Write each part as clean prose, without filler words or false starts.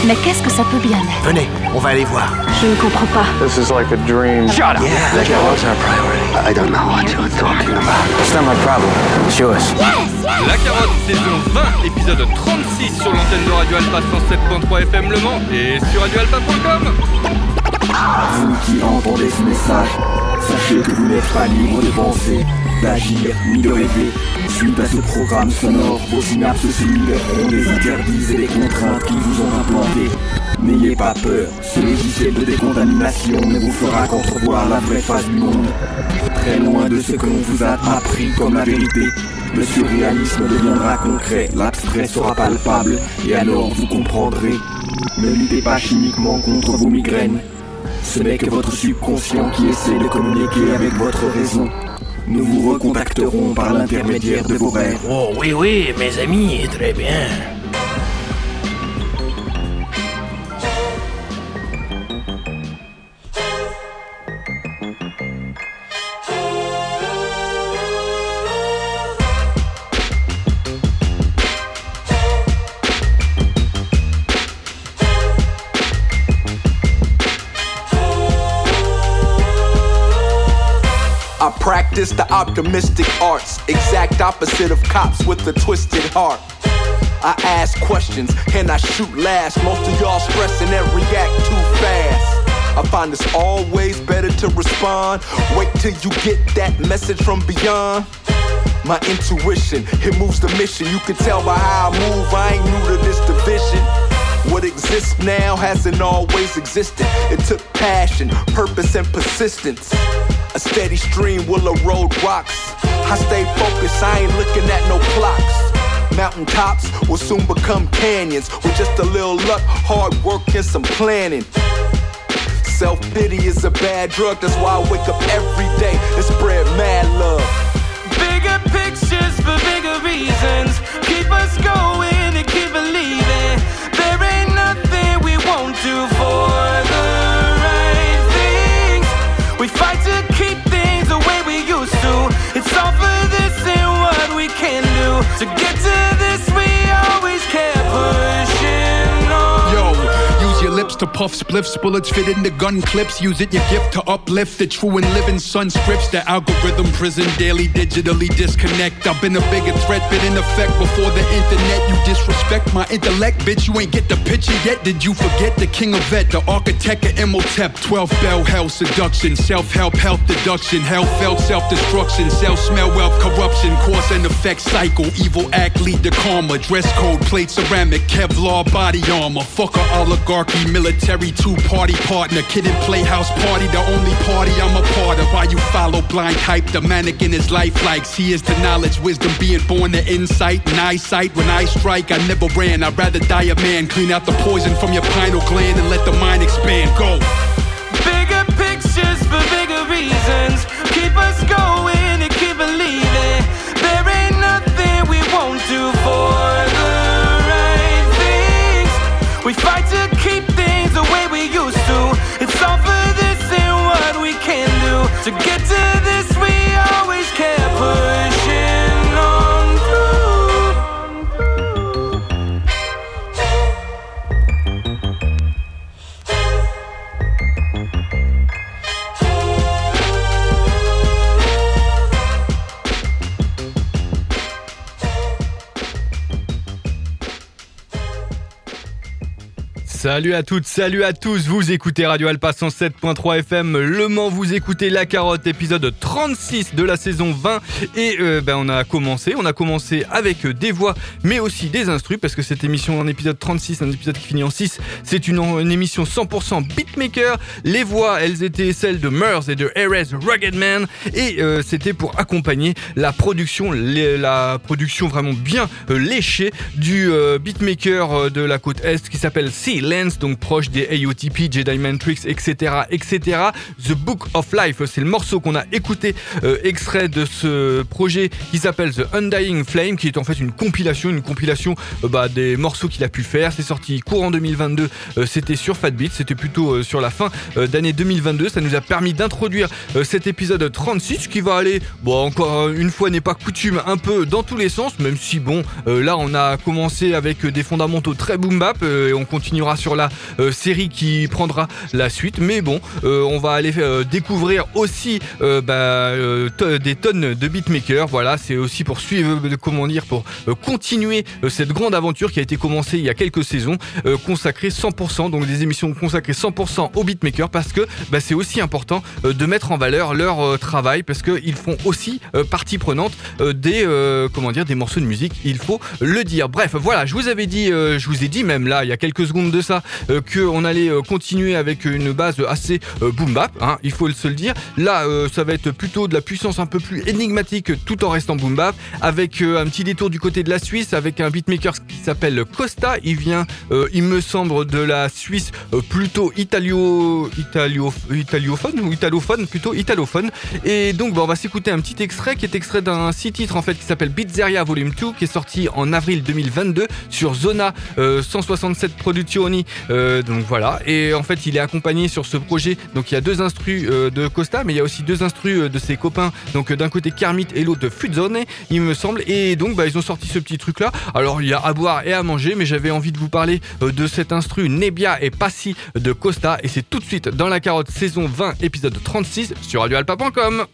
Mais qu'est-ce que ça peut bien être? Venez, on va aller voir. Je ne comprends pas. This is like a dream. Shut up! Yeah, la carotte, our priority. I don't know what you're talking about. It's not my problem. It's yours. La Carotte, saison 20, épisode 36 sur l'antenne de Radio Alpha 107.3 FM Le Mans et sur radioalpha.com. Vous qui entendez ce message, sachez que vous n'êtes pas libre de penser, d'agir, ni de rêver. Suite à ce programme sonore, vos synapses cellulaires ont des interdits et des contraintes qui vous ont implantés. N'ayez pas peur, ce logiciel de décontamination ne vous fera qu'entrevoir la vraie face du monde. Très loin de ce que l'on vous a appris comme la vérité, le surréalisme deviendra concret, l'abstrait sera palpable, et alors vous comprendrez. Ne luttez pas chimiquement contre vos migraines. Ce n'est que votre subconscient qui essaie de communiquer avec votre raison. Nous vous recontacterons par l'intermédiaire de vos rêves. Oh oui, mes amis, très bien. Practice the optimistic arts, exact opposite of cops with a twisted heart. I ask questions and I shoot last. Most of y'all stressing and react too fast. I find it's always better to respond. Wait till you get that message from beyond. My intuition, it moves the mission. You can tell by how I move, I ain't new to this division. What exists now hasn't always existed. It took passion, purpose, and persistence. A steady stream will erode rocks. I stay focused, I ain't looking at no clocks. Mountaintops will soon become canyons. With just a little luck, hard work, and some planning. Self-pity is a bad drug, that's why I wake up every day and spread mad love. Bigger pictures for bigger reasons. Keep us going and keep believing. There ain't nothing we won't do for the right things. We fight to keep things the way we used to. It's all for this and what we can do. To get to this we always kept pushing on. Yo, use your lips to puff spliffs. Bullets fit into gun clips. Use it your gift to uplift the true and living sun scripts. The algorithm prison daily digitally disconnect. I've been a bigger threat, been in effect before the internet. You disrespect my intellect, bitch. You ain't get the picture yet. Did you forget the king of vet, the architect of Imhotep? 12 bell hell seduction, self-help health deduction, hell felt self-destruction, self-smell wealth corruption, cause and effect cycle, evil act lead to karma, dress code plate ceramic, Kevlar body armor, fucker oligarchy, military two-party partner, kid in playhouse party, the only party I'm a part of. Why you follow blind hype, the mannequin is life likes, he is to knowledge, wisdom being born to insight and eyesight. When I strike, I never ran, I'd rather die a man, clean out the poison from your pineal gland and let the mind expand, go. Bigger pictures for bigger reasons. Keep us going and keep believing. There ain't nothing we won't do for the right things. We fight to keep things the way we used to. It's all for this and what we can do. To get to this we always kept pushing on through. Salut à toutes, salut à tous, vous écoutez Radio Alpha 107.3 FM Le Mans, vous écoutez La Carotte, épisode 36 de la saison 20 et on a commencé avec des voix mais aussi des instrus parce que cette émission en épisode 36, un épisode qui finit en 6, c'est une émission 100% beatmaker. Les voix, elles étaient celles de Murs et de Erez Ruggedman et c'était pour accompagner la production vraiment bien léchée du beatmaker de la côte Est qui s'appelle C. Lance, donc proche des AOTP, Jedi Matrix, etc. The Book of Life, c'est le morceau qu'on a écouté, extrait de ce projet qui s'appelle The Undying Flame, qui est en fait une compilation des morceaux qu'il a pu faire. C'est sorti courant 2022, c'était sur Fat Beat, c'était plutôt sur la fin d'année 2022. Ça nous a permis d'introduire cet épisode 36 qui va aller, encore une fois n'est pas coutume, un peu dans tous les sens, même si là on a commencé avec des fondamentaux très boom bap et on continuera sur la série qui prendra la suite. Mais bon, on va aller découvrir aussi des tonnes de beatmakers. Voilà, c'est aussi pour suivre, pour continuer cette grande aventure qui a été commencée il y a quelques saisons, consacrée 100%, donc des émissions consacrées 100% aux beatmakers, parce que c'est aussi important de mettre en valeur leur travail, parce qu'ils font aussi partie prenante des morceaux de musique, il faut le dire. Bref, voilà, je vous ai dit même là il y a quelques secondes de ça qu'on allait continuer avec une base assez boom bap, hein, il faut se le dire. Là ça va être plutôt de la puissance un peu plus énigmatique tout en restant boom bap, avec un petit détour du côté de la Suisse avec un beatmaker qui s'appelle Costa. Il vient il me semble de la Suisse, plutôt italophone, et donc on va s'écouter un petit extrait qui est extrait d'un 6 titres en fait qui s'appelle Pizzeria Volume 2, qui est sorti en avril 2022 sur Zona 167 Produzioni, donc voilà. Et en fait il est accompagné sur ce projet, donc il y a 2 instrus de Costa, mais il y a aussi 2 instrus de ses copains, donc d'un côté Kermit et l'autre de Fuzzone, il me semble. Et donc ils ont sorti ce petit truc là. Alors il y a à boire et à manger, mais j'avais envie de vous parler de cet instru Nebbia et Passi de Costa, et c'est tout de suite dans la carotte saison 20 épisode 36 sur radioalpa.com.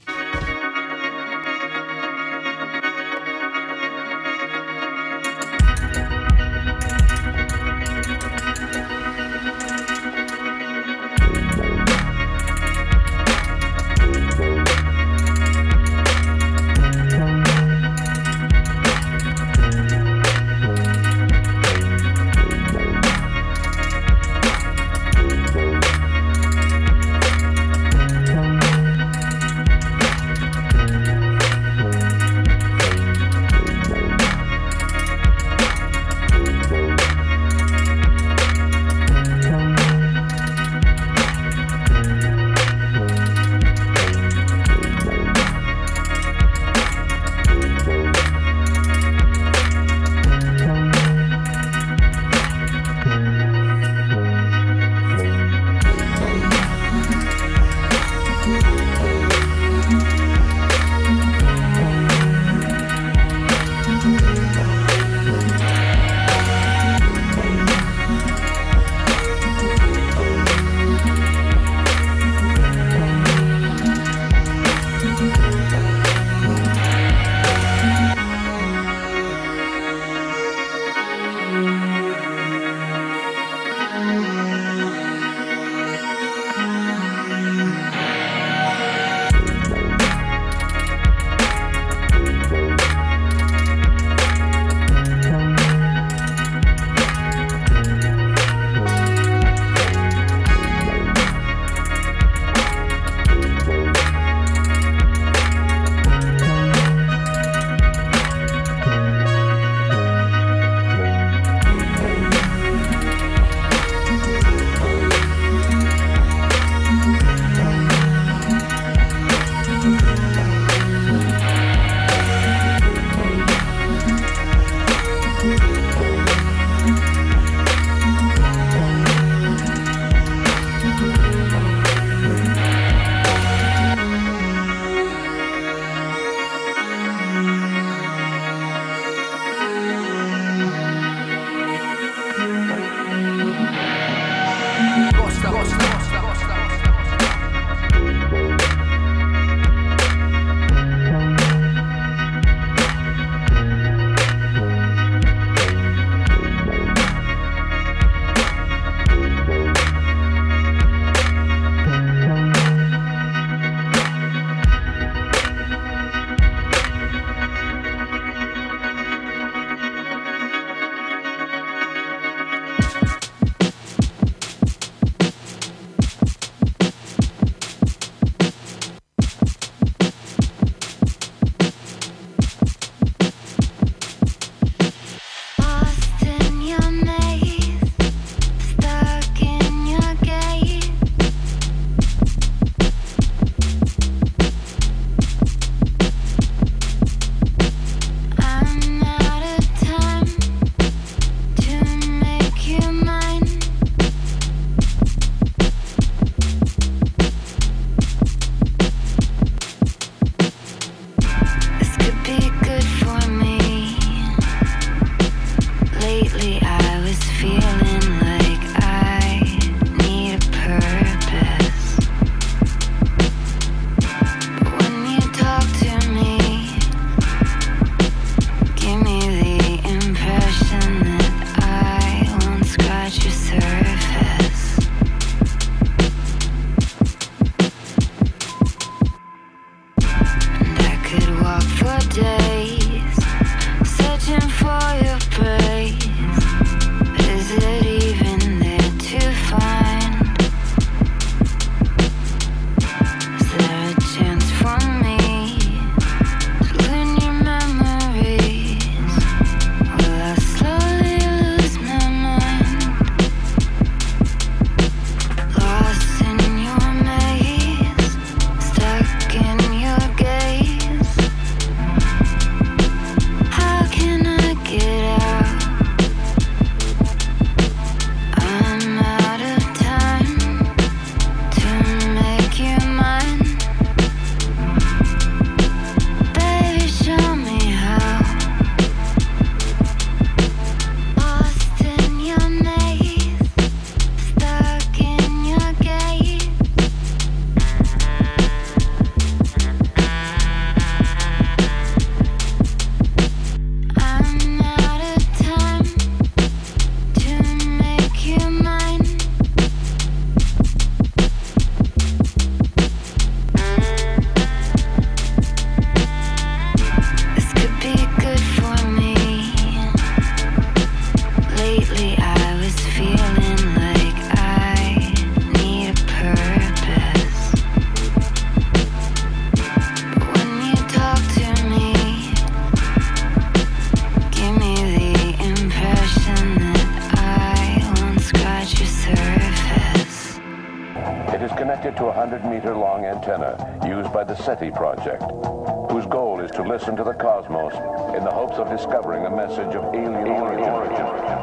connected to a 100-meter-long antenna used by the SETI project, whose goal is to listen to the cosmos in the hopes of discovering a message of alien origin.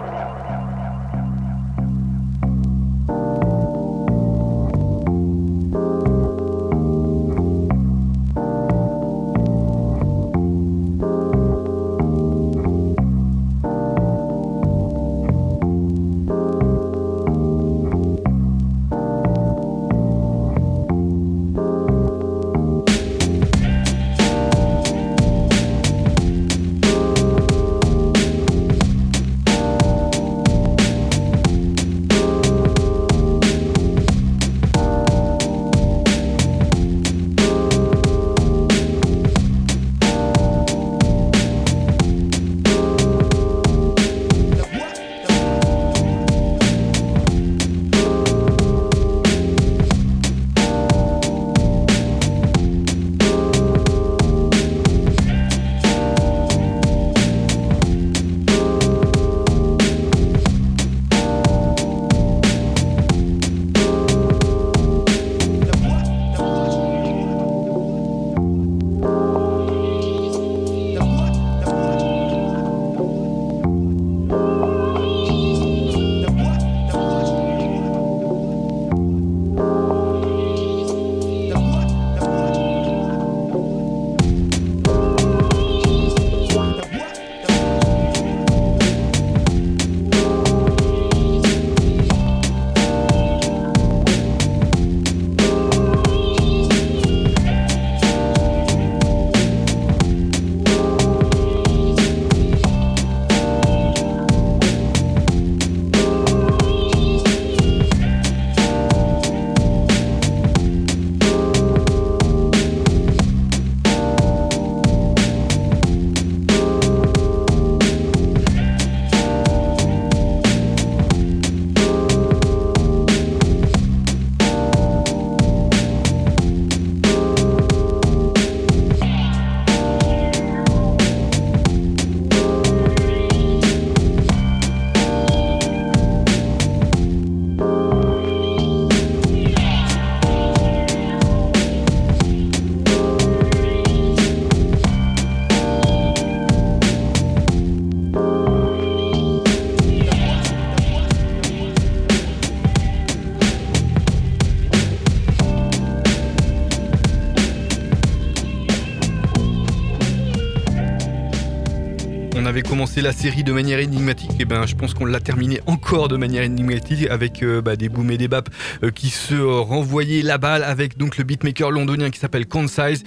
On avait commencé la série de manière énigmatique, et ben je pense qu'on l'a terminé encore de manière énigmatique avec des booms et des baps qui se renvoyaient la balle avec donc le beatmaker londonien qui s'appelle Concise,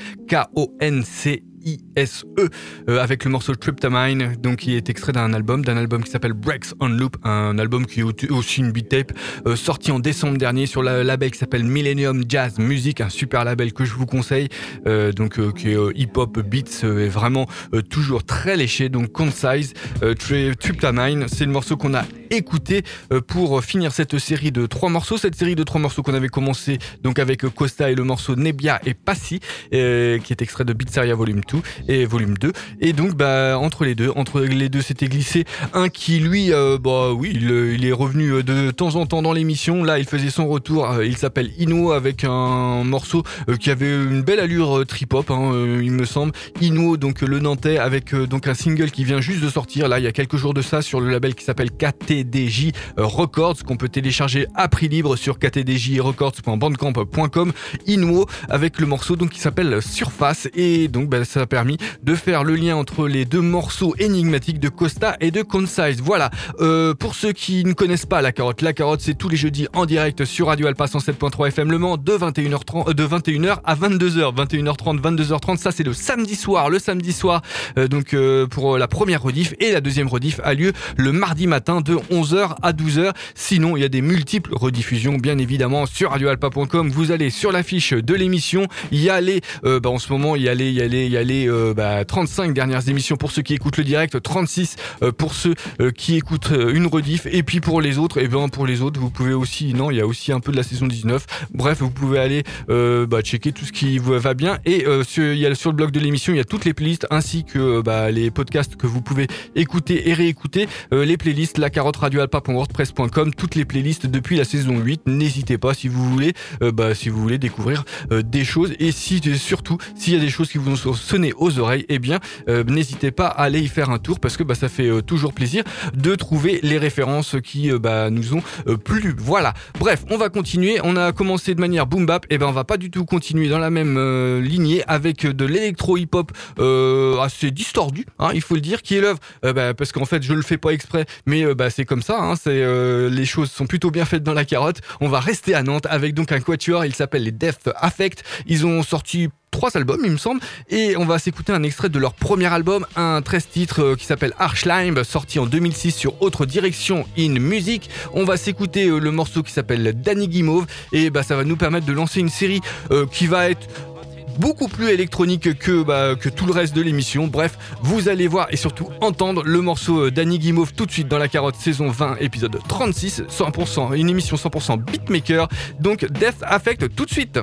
K-O-N-C ISE avec le morceau Tryptamine, donc qui est extrait d'un album qui s'appelle Breaks on Loop, un album qui est aussi une beat tape sorti en décembre dernier sur le label qui s'appelle Millennium Jazz Music, un super label que je vous conseille, qui est hip-hop beats est vraiment toujours très léché. Donc Concise, Tryptamine, c'est le morceau qu'on a écouté pour finir cette série de 3 morceaux, qu'on avait commencé donc avec Costa et le morceau Nebbia et Passy qui est extrait de Beatseria Volume 2 et Volume 2, et donc entre les deux s'était glissé un qui lui il est revenu de temps en temps dans l'émission. Là il faisait son retour, il s'appelle Inuo avec un morceau qui avait une belle allure trip-hop il me semble. Inuo, donc le Nantais, avec donc un single qui vient juste de sortir là il y a quelques jours de ça sur le label qui s'appelle KTDJ Records, qu'on peut télécharger à prix libre sur ktdjrecords.bandcamp.com. Inuo avec le morceau donc qui s'appelle Surface, et donc ça a permis de faire le lien entre les deux morceaux énigmatiques de Costa et de Concise. Voilà, pour ceux qui ne connaissent pas La Carotte c'est tous les jeudis en direct sur Radio Alpa 107.3 FM Le Mans de 21h à 22h, 21h30, 22h30, ça c'est le samedi soir, pour la première rediff, et la deuxième rediff a lieu le mardi matin de 11h à 12h. Sinon, il y a des multiples rediffusions bien évidemment sur radioalpa.com. Vous allez sur la fiche de l'émission, il y a les en ce moment il y a les 35 dernières émissions pour ceux qui écoutent le direct, 36 pour ceux qui écoutent une rediff, et puis pour les autres, vous pouvez aussi, il y a aussi un peu de la saison 19. Bref, vous pouvez aller checker tout ce qui vous va bien, et sur le blog de l'émission, il y a toutes les playlists ainsi que les podcasts que vous pouvez écouter et réécouter. Les playlists La Carotte radioalpa.wordpress.com, toutes les playlists depuis la saison 8. N'hésitez pas si vous voulez découvrir des choses, et surtout s'il y a des choses qui vous ont sonné aux oreilles, eh bien n'hésitez pas à aller y faire un tour, parce que ça fait toujours plaisir de trouver les références qui nous ont plu. Voilà. Bref, on va continuer. On a commencé de manière boom bap, et on va pas du tout continuer dans la même lignée avec de l'électro hip-hop assez distordu, hein, il faut le dire, qui est l'œuvre parce qu'en fait je le fais pas exprès, mais c'est comme ça, hein, les choses sont plutôt bien faites dans la carotte. On va rester à Nantes avec donc un quatuor, il s'appelle les Death Affect. Ils ont sorti 3 albums, il me semble, et on va s'écouter un extrait de leur premier album, un 13 titres qui s'appelle Archline, sorti en 2006 sur Autre Direction in Music. On va s'écouter le morceau qui s'appelle Danny Guimauve, et ça va nous permettre de lancer une série qui va être beaucoup plus électronique que tout le reste de l'émission. Bref, vous allez voir et surtout entendre le morceau Danny Guimauve tout de suite dans la carotte, saison 20, épisode 36, 100%, une émission 100% beatmaker. Donc Death Affect tout de suite.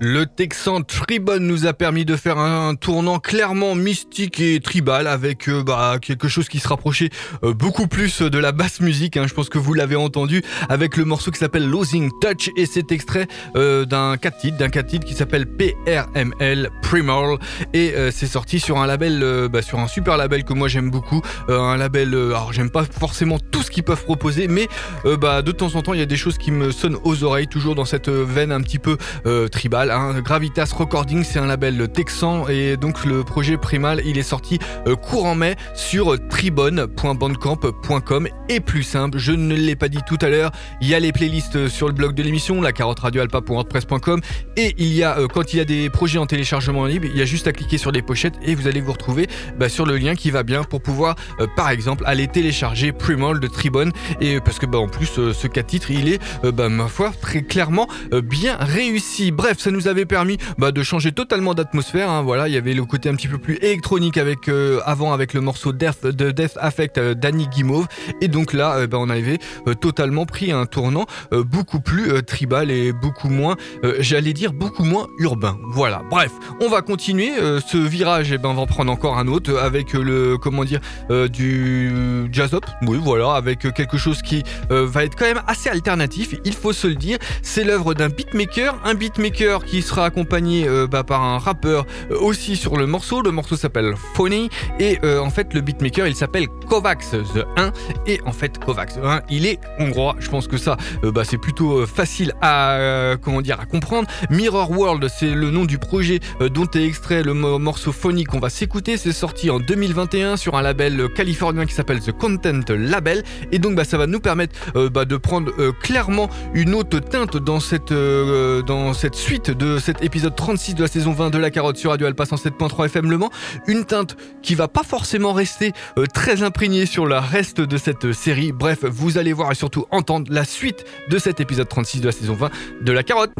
Le Texan Tribone nous a permis de faire un tournant clairement mystique et tribal avec quelque chose qui se rapprochait beaucoup plus de la basse musique. Je pense que vous l'avez entendu avec le morceau qui s'appelle Losing Touch et cet extrait d'un 4 titres qui s'appelle PRML Primal et c'est sorti sur un label, sur un super label que moi j'aime beaucoup. Un label, alors j'aime pas forcément tout ce qu'ils peuvent proposer, mais de temps en temps il y a des choses qui me sonnent aux oreilles, toujours dans cette veine un petit peu tribal. Gravitas Recording, c'est un label texan et donc le projet Primal, il est sorti courant mai sur tribone.bandcamp.com et plus simple, je ne l'ai pas dit tout à l'heure, il y a les playlists sur le blog de l'émission, la carotte radioalpa.wordpress.com et il y a quand il y a des projets en téléchargement libre, il y a juste à cliquer sur les pochettes et vous allez vous retrouver sur le lien qui va bien pour pouvoir par exemple aller télécharger Primal de Tribone et parce que en plus ce 4 titres il est ma foi très clairement bien réussi. Bref, ça nous avait permis de changer totalement d'atmosphère, voilà, il y avait le côté un petit peu plus électronique avec avant avec le morceau Death Affect d'Annie Guimauve et donc là on avait totalement pris un tournant beaucoup plus tribal et beaucoup moins j'allais dire beaucoup moins urbain. Voilà, bref, on va continuer ce virage on va en prendre encore un autre avec le du jazz-up, oui voilà, avec quelque chose qui va être quand même assez alternatif, il faut se le dire, c'est l'œuvre d'un beatmaker qui sera accompagné par un rappeur aussi sur le morceau s'appelle Phony et en fait le beatmaker il s'appelle Kovacs The 1 et en fait Kovacs The 1 il est hongrois, je pense que ça c'est plutôt facile à comprendre. Mirror World, c'est le nom du projet dont est extrait le morceau Phony qu'on va s'écouter, c'est sorti en 2021 sur un label californien qui s'appelle The Content Label et donc ça va nous permettre de prendre clairement une autre teinte dans cette suite de cet épisode 36 de la saison 20 de La Carotte sur Radio Alpa 107.3 FM Le Mans, une teinte qui va pas forcément rester très imprégnée sur le reste de cette série. Bref, vous allez voir et surtout entendre la suite de cet épisode 36 de la saison 20 de La Carotte.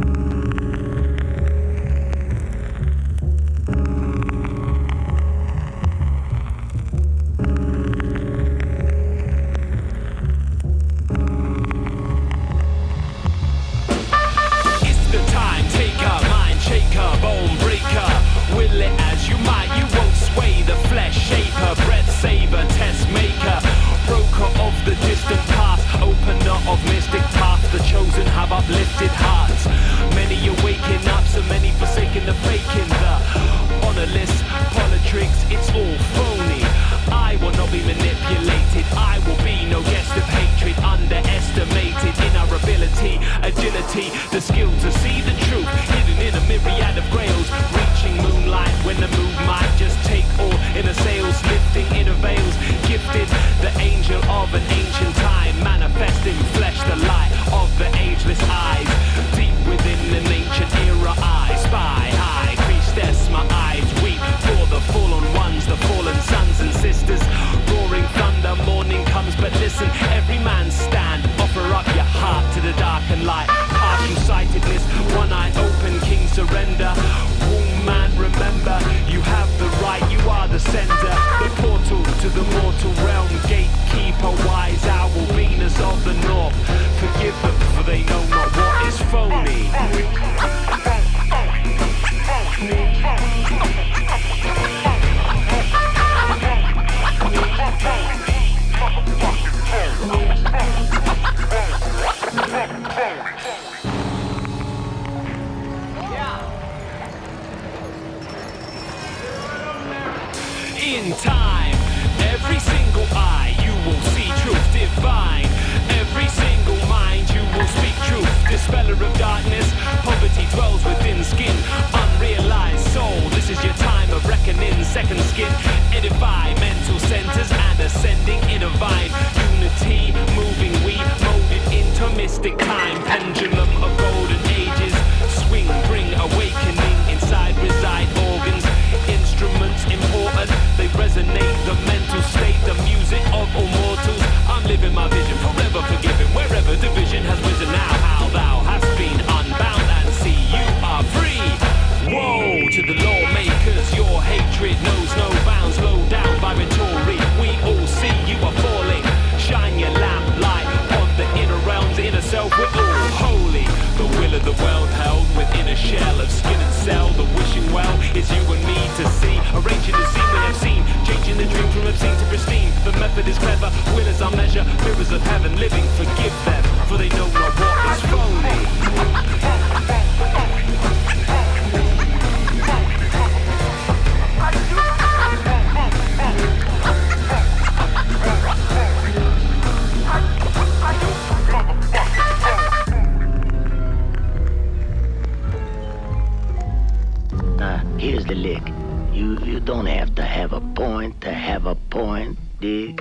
The distant past, opener of mystic paths, the chosen have uplifted hearts. Many are waking up, so many forsaking the faking. The honor list, politics, it's all phony. I will not be manipulated, I will be no guest of hatred. Underestimated in our ability, agility, the skill to see the truth, hidden in a myriad of grails. Reaching moonlight when the mood might just take all in a sails, lifting in a veils. Gifted, the angel of an ancient time, manifesting flesh, the light of the ageless eyes. Deep within an ancient era I spy, high priestess, my eyes weep for the fallen ones, the fallen sons and sisters. Roaring thunder, morning comes, but listen, every man stand, offer up your heart to the dark and light. Partial sightedness, one eye open, king surrender. Man, remember, you have the right, you are the sender. The portal to the mortal realm, gatekeeper, wise owl, Venus of the north. Forgive them, for they know not what is phony. In time, every single eye you will see truth divine. Every single mind you will speak truth. Dispeller of darkness, poverty dwells within skin. Unrealized soul, this is your time of reckoning. Second skin, edify mental centers and ascending in a vine. Unity, moving we, molded into mystic time. Pendulum of golden ages, swing, bring awakening. Inside reside organs, instruments important. They resonate the mental state, the music of all mortals. I'm living my vision, forever forgiven. Wherever division has risen now, how thou hast been unbound and see you are free. Woe to the lawmakers, your hatred knows no bounds. Low down vibratory, we all see you are falling. Shine your lamp light on the inner realms, inner self, we're all holy. The don't have to have a point to have a point, dig?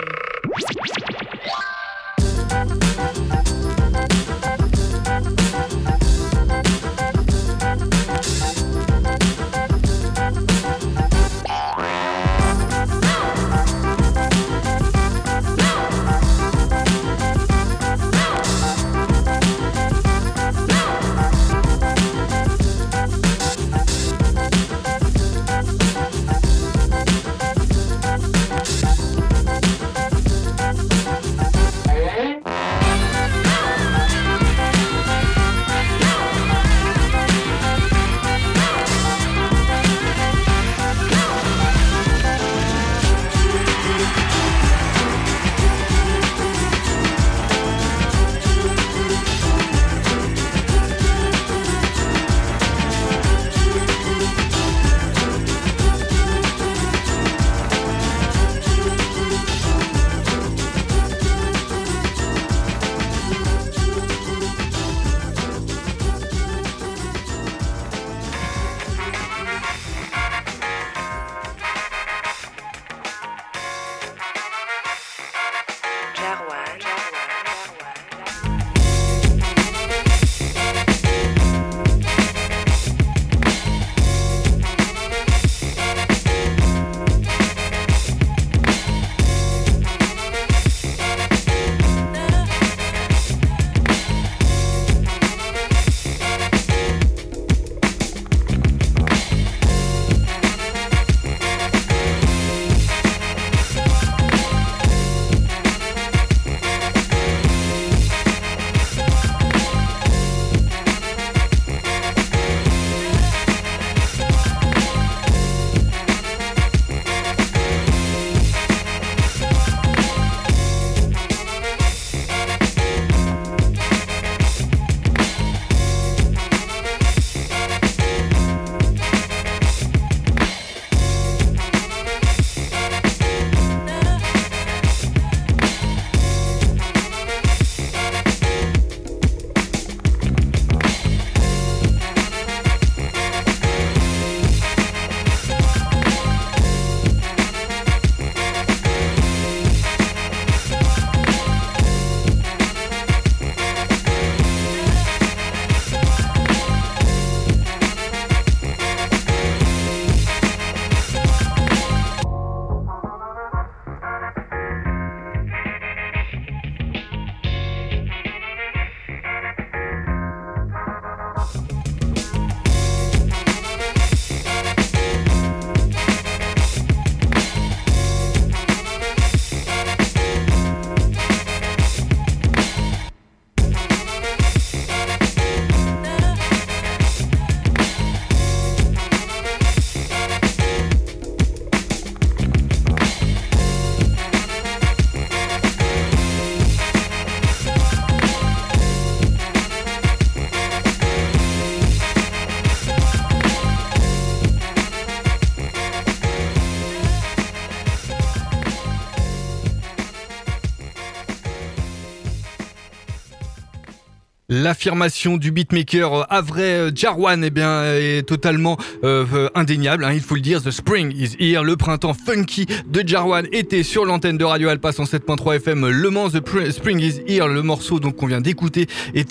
L'affirmation du beatmaker Avray Jarwan est totalement indéniable, il faut le dire. The Spring is here, le printemps funky de Jarwan était sur l'antenne de Radio Alpa 107.3 FM Le Mans. The Spring is here, le morceau donc qu'on vient d'écouter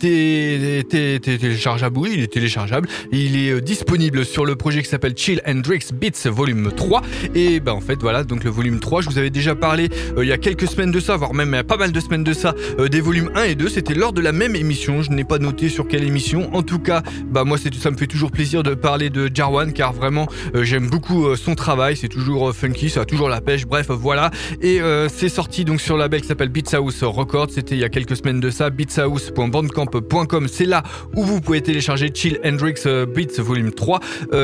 était téléchargeable. Oui, il est téléchargeable. Il est disponible sur le projet qui s'appelle Chill Hendrix Beats volume 3. Et en fait voilà, donc le volume 3, je vous avais déjà parlé il y a quelques semaines de ça, voire même il y a pas mal de semaines de ça, des volumes 1 et 2. C'était lors de la même émission. Je n'ai pas noté sur quelle émission. En tout cas, moi ça me fait toujours plaisir de parler de Jarwan, car vraiment j'aime beaucoup son travail. C'est toujours funky, ça a toujours la pêche. Bref, voilà. Et c'est sorti donc sur le label qui s'appelle Beats House Records. C'était il y a quelques semaines de ça. beatshouse.bandcamp.com, c'est là où vous pouvez télécharger Chill Hendrix Beats volume 3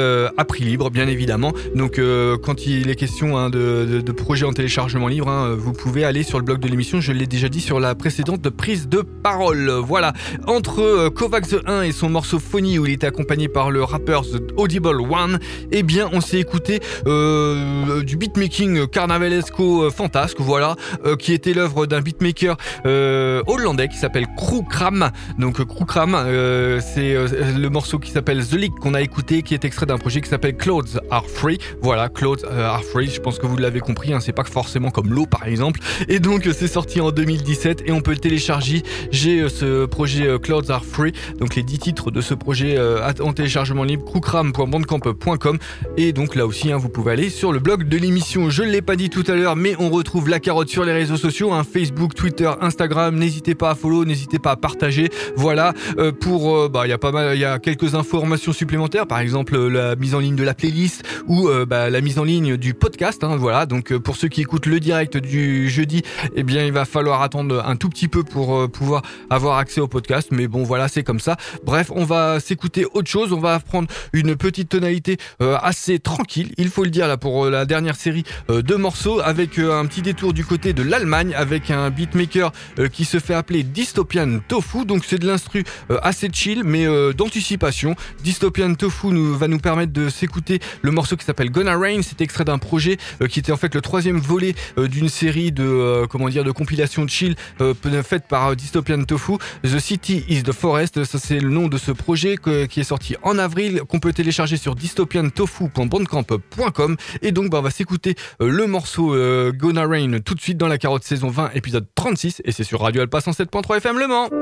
à prix libre, bien évidemment. Donc quand il est question de projets en téléchargement libre, vous pouvez aller sur le blog de l'émission. Je l'ai déjà dit sur la précédente prise de parole. Voilà. entre Kovacs the 1 et son morceau Phony où il était accompagné par le rappeur The Audible One, eh bien on s'est écouté du beatmaking carnavalesco fantasque, voilà, qui était l'œuvre d'un beatmaker hollandais qui s'appelle Krookram. Donc Krookram, c'est le morceau qui s'appelle The Leak qu'on a écouté, qui est extrait d'un projet qui s'appelle Clouds Are Free. Voilà, Clouds Are Free, je pense que vous l'avez compris, hein, c'est pas forcément comme l'eau par exemple. Et donc c'est sorti en 2017 et on peut le télécharger. J'ai ce projet Clouds Are Free, donc les 10 titres de ce projet en téléchargement libre, krookram.bandcamp.com. Et donc là aussi, hein, vous pouvez aller sur le blog de l'émission. Je ne l'ai pas dit tout à l'heure, mais on retrouve la carotte sur les réseaux sociaux, hein, Facebook, Twitter, Instagram. N'hésitez pas à follow, n'hésitez pas à partager. Voilà, il y a quelques informations supplémentaires, par exemple la mise en ligne de la playlist ou la mise en ligne du podcast. Hein, voilà, donc pour ceux qui écoutent le direct du jeudi, eh bien il va falloir attendre un tout petit peu pour pouvoir avoir accès au podcast. Mais bon, voilà, c'est comme ça. Bref, on va s'écouter autre chose. On va prendre une petite tonalité assez tranquille, il faut le dire, là pour la dernière série de morceaux, avec un petit détour du côté de l'Allemagne avec un beatmaker qui se fait appeler Dystopian Tofu. Donc c'est de l'instru assez chill mais d'anticipation. Dystopian Tofu va nous permettre de s'écouter le morceau qui s'appelle Gonna Rain. C'est extrait d'un projet qui était en fait le troisième volet d'une série de de compilations chill faite par Dystopian Tofu. The City is the Forest, ça c'est le nom de ce projet qui est sorti en avril, qu'on peut télécharger sur dystopiantofu.bandcamp.com. Et donc on va s'écouter le morceau Gonna Rain tout de suite dans la carotte saison 20 épisode 36 et c'est sur Radio Alpa 107.3 FM Le Mans.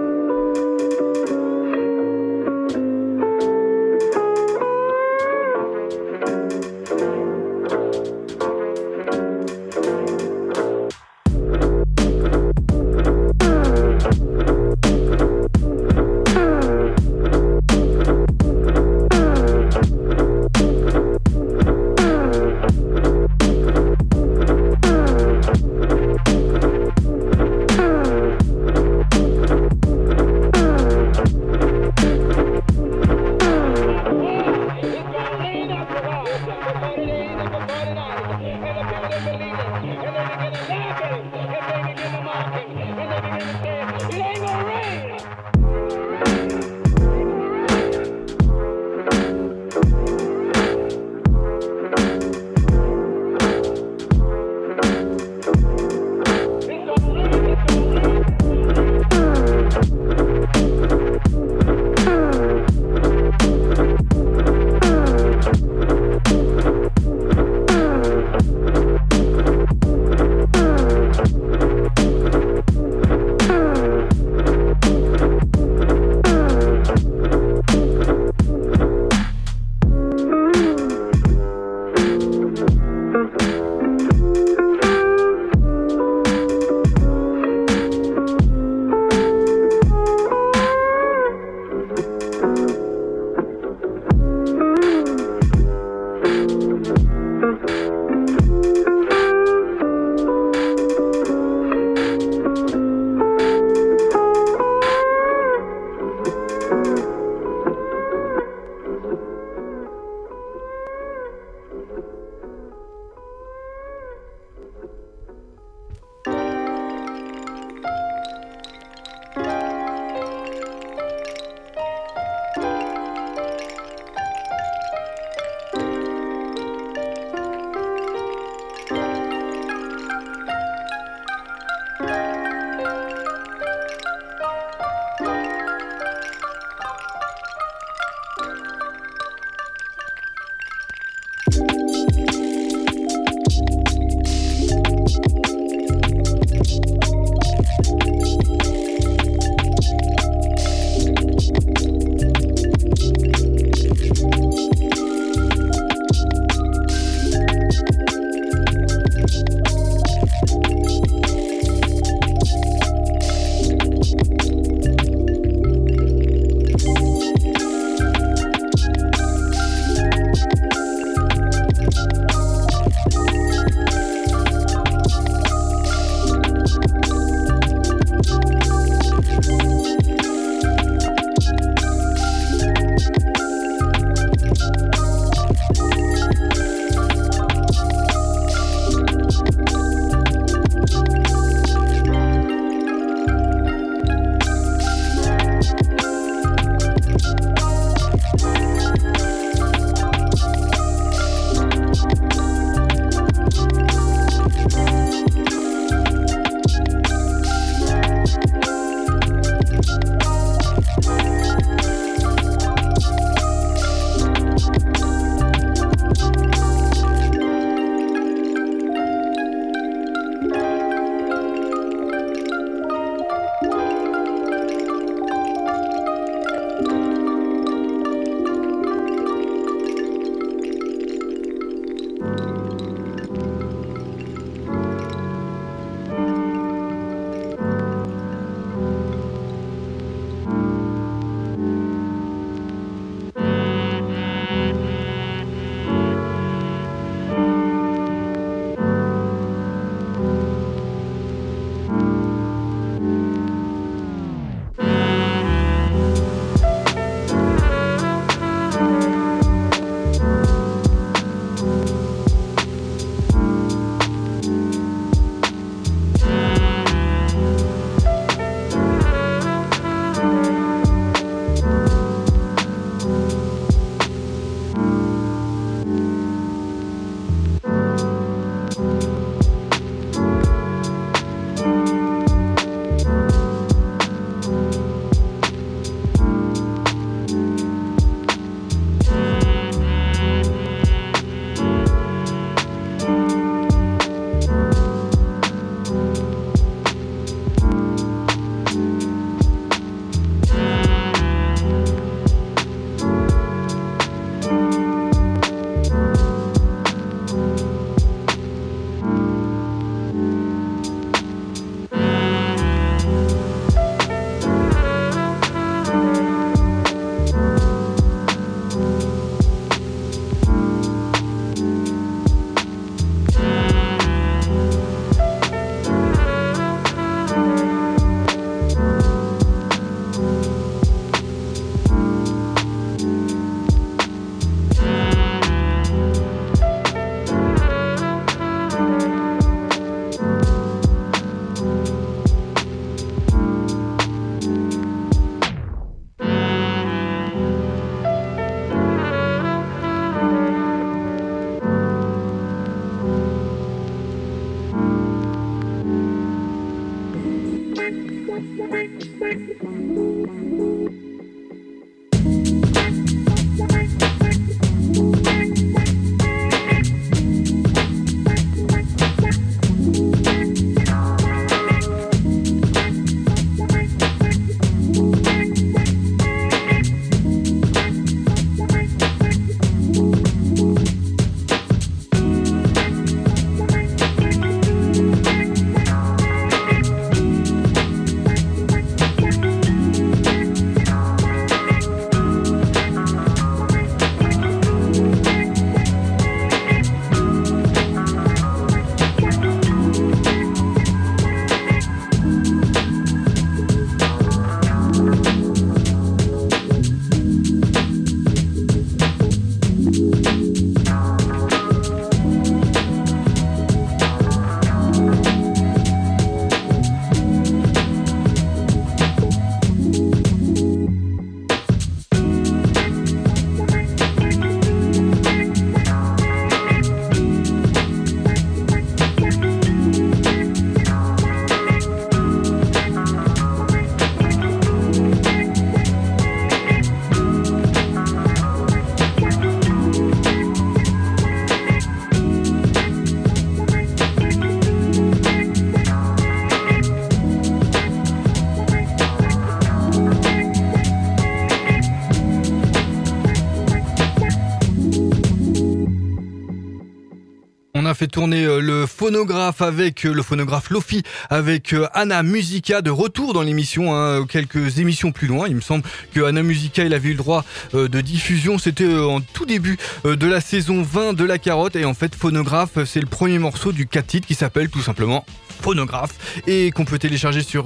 fait tourner le phonographe avec le phonographe Lofi avec Anna Musica de retour dans l'émission, hein, quelques émissions plus loin. Il me semble que Anna Musica, il avait eu le droit de diffusion. C'était en tout début de la saison 20 de La Carotte. Et en fait, Phonographe, c'est le premier morceau du 4 titres qui s'appelle tout simplement Phonographe et qu'on peut télécharger sur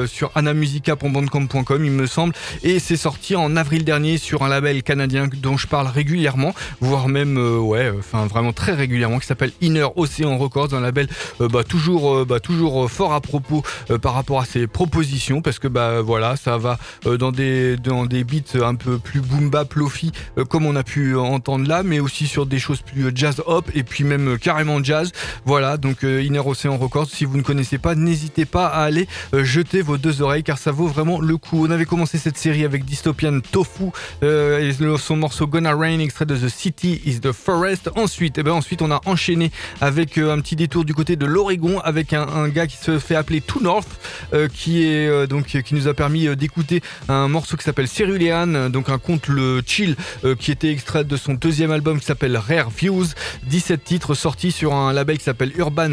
anamusica.bandcamp.com, il me semble, et c'est sorti en avril dernier sur un label canadien dont je parle régulièrement, voire même vraiment très régulièrement, qui s'appelle Inner Ocean Records, un label toujours fort à propos par rapport à ses propositions, parce que voilà, ça va dans des beats un peu plus boom bap lofi comme on a pu entendre là, mais aussi sur des choses plus jazz hop et puis même carrément jazz. Voilà, donc Inner Ocean Records, si vous ne connaissez pas, n'hésitez pas à aller jeter vos deux oreilles car ça vaut vraiment le coup. On avait commencé cette série avec Dystopian Tofu et son morceau Gonna Rain, extrait de The City is the Forest. Ensuite on a enchaîné avec un petit détour du côté de l'Oregon avec un gars qui se fait appeler Too North qui nous a permis d'écouter un morceau qui s'appelle Cerulean, donc un conte le chill qui était extrait de son deuxième album qui s'appelle Rare Views, 17 titres sortis sur un label qui s'appelle Urban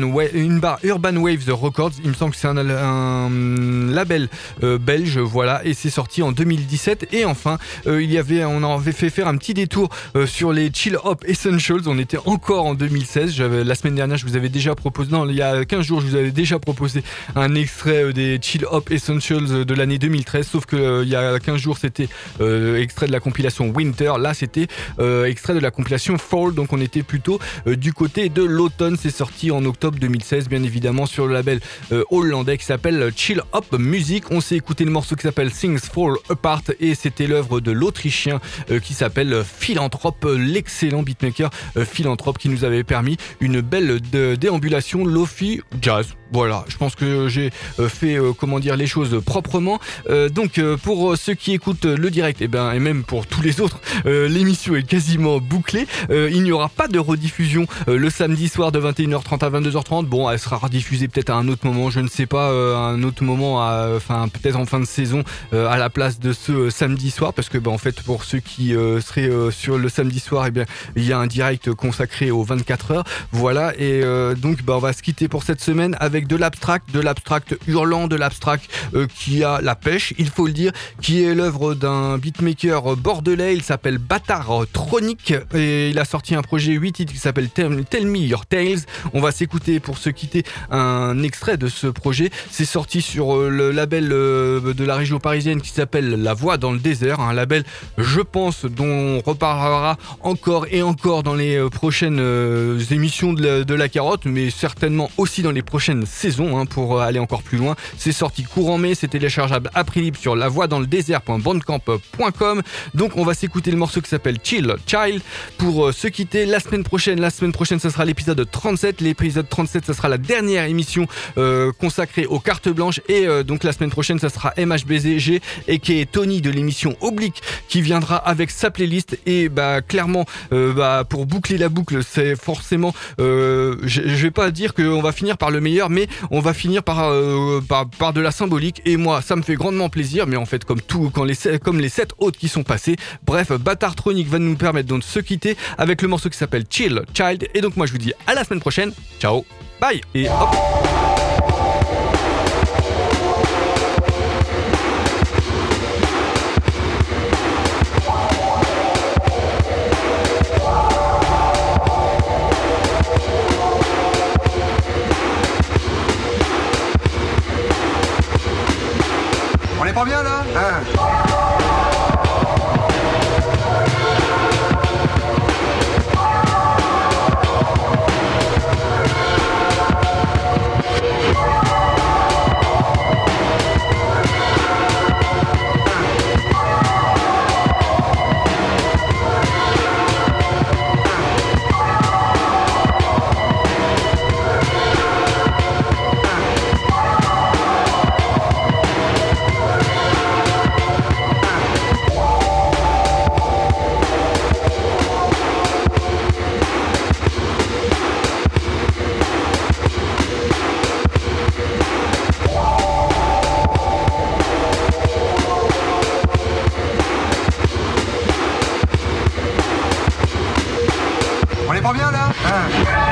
Waves Records. Il me semble que c'est un label belge, voilà, et c'est sorti en 2017. Et enfin, on avait fait faire un petit détour sur les Chill Hop Essentials. On était encore en 2016. La semaine dernière, il y a 15 jours, je vous avais déjà proposé un extrait des Chill Hop Essentials de l'année 2013. Sauf que il y a 15 jours, c'était extrait de la compilation Winter. Là, c'était extrait de la compilation Fall. Donc, on était plutôt du côté de l'automne. C'est sorti en octobre 2016, bien évidemment, sur le label hollandais qui s'appelle Chill Hop Music. On s'est écouté le morceau qui s'appelle Things Fall Apart et c'était l'œuvre de l'Autrichien qui s'appelle Philanthrope, l'excellent beatmaker Philanthrope, qui nous avait permis une belle déambulation lofi jazz. Voilà, je pense que j'ai fait les choses proprement. Donc pour ceux qui écoutent le direct et même pour tous les autres, l'émission est quasiment bouclée. Il n'y aura pas de rediffusion le samedi soir de 21h30 à 22h30. Bon, elle sera rediffusée peut-être à un autre moment, je ne sais pas, un autre moment, peut-être en fin de saison à la place de ce samedi soir, parce que en fait pour ceux qui seraient sur le samedi soir, il y a un direct consacré aux 24 heures. Voilà, et donc on va se quitter pour cette semaine avec de l'abstract hurlant, de l'abstract qui a la pêche, il faut le dire, qui est l'œuvre d'un beatmaker bordelais. Il s'appelle Bâtard Tronic et il a sorti un projet 8 titres qui s'appelle Tell Me Your Tales. On va s'écouter pour se quitter un extrait de ce projet. C'est sorti sur le label de la région parisienne qui s'appelle La Voix dans le désert, un label, je pense, dont on reparlera encore et encore dans les prochaines émissions de la Carotte, mais certainement aussi dans les prochaines saisons, pour aller encore plus loin. C'est sorti courant mai, c'est téléchargeable à prix libre sur lavoixdansledésert.bandcamp.com. Donc on va s'écouter le morceau qui s'appelle Chill Child pour se quitter. La semaine prochaine, ça sera l'épisode 37. L'épisode 37, ça sera la dernière émission consacrée aux cartes blanches. Et donc la semaine prochaine, ça sera MHBZG et qui est Tony de l'émission Oblique qui viendra avec sa playlist. Et clairement, pour boucler la boucle, c'est forcément, je vais pas dire qu'on va finir par le meilleur, mais on va finir par de la symbolique. Et moi, ça me fait grandement plaisir. Mais en fait, comme les 7 autres qui sont passés. Bref, Bâtard Tronic va nous permettre donc de se quitter avec le morceau qui s'appelle Chill Child. Et donc moi, je vous dis à la semaine prochaine. Ciao, bye et hop. On est pas bien là, hein? On est pas bien là, hein?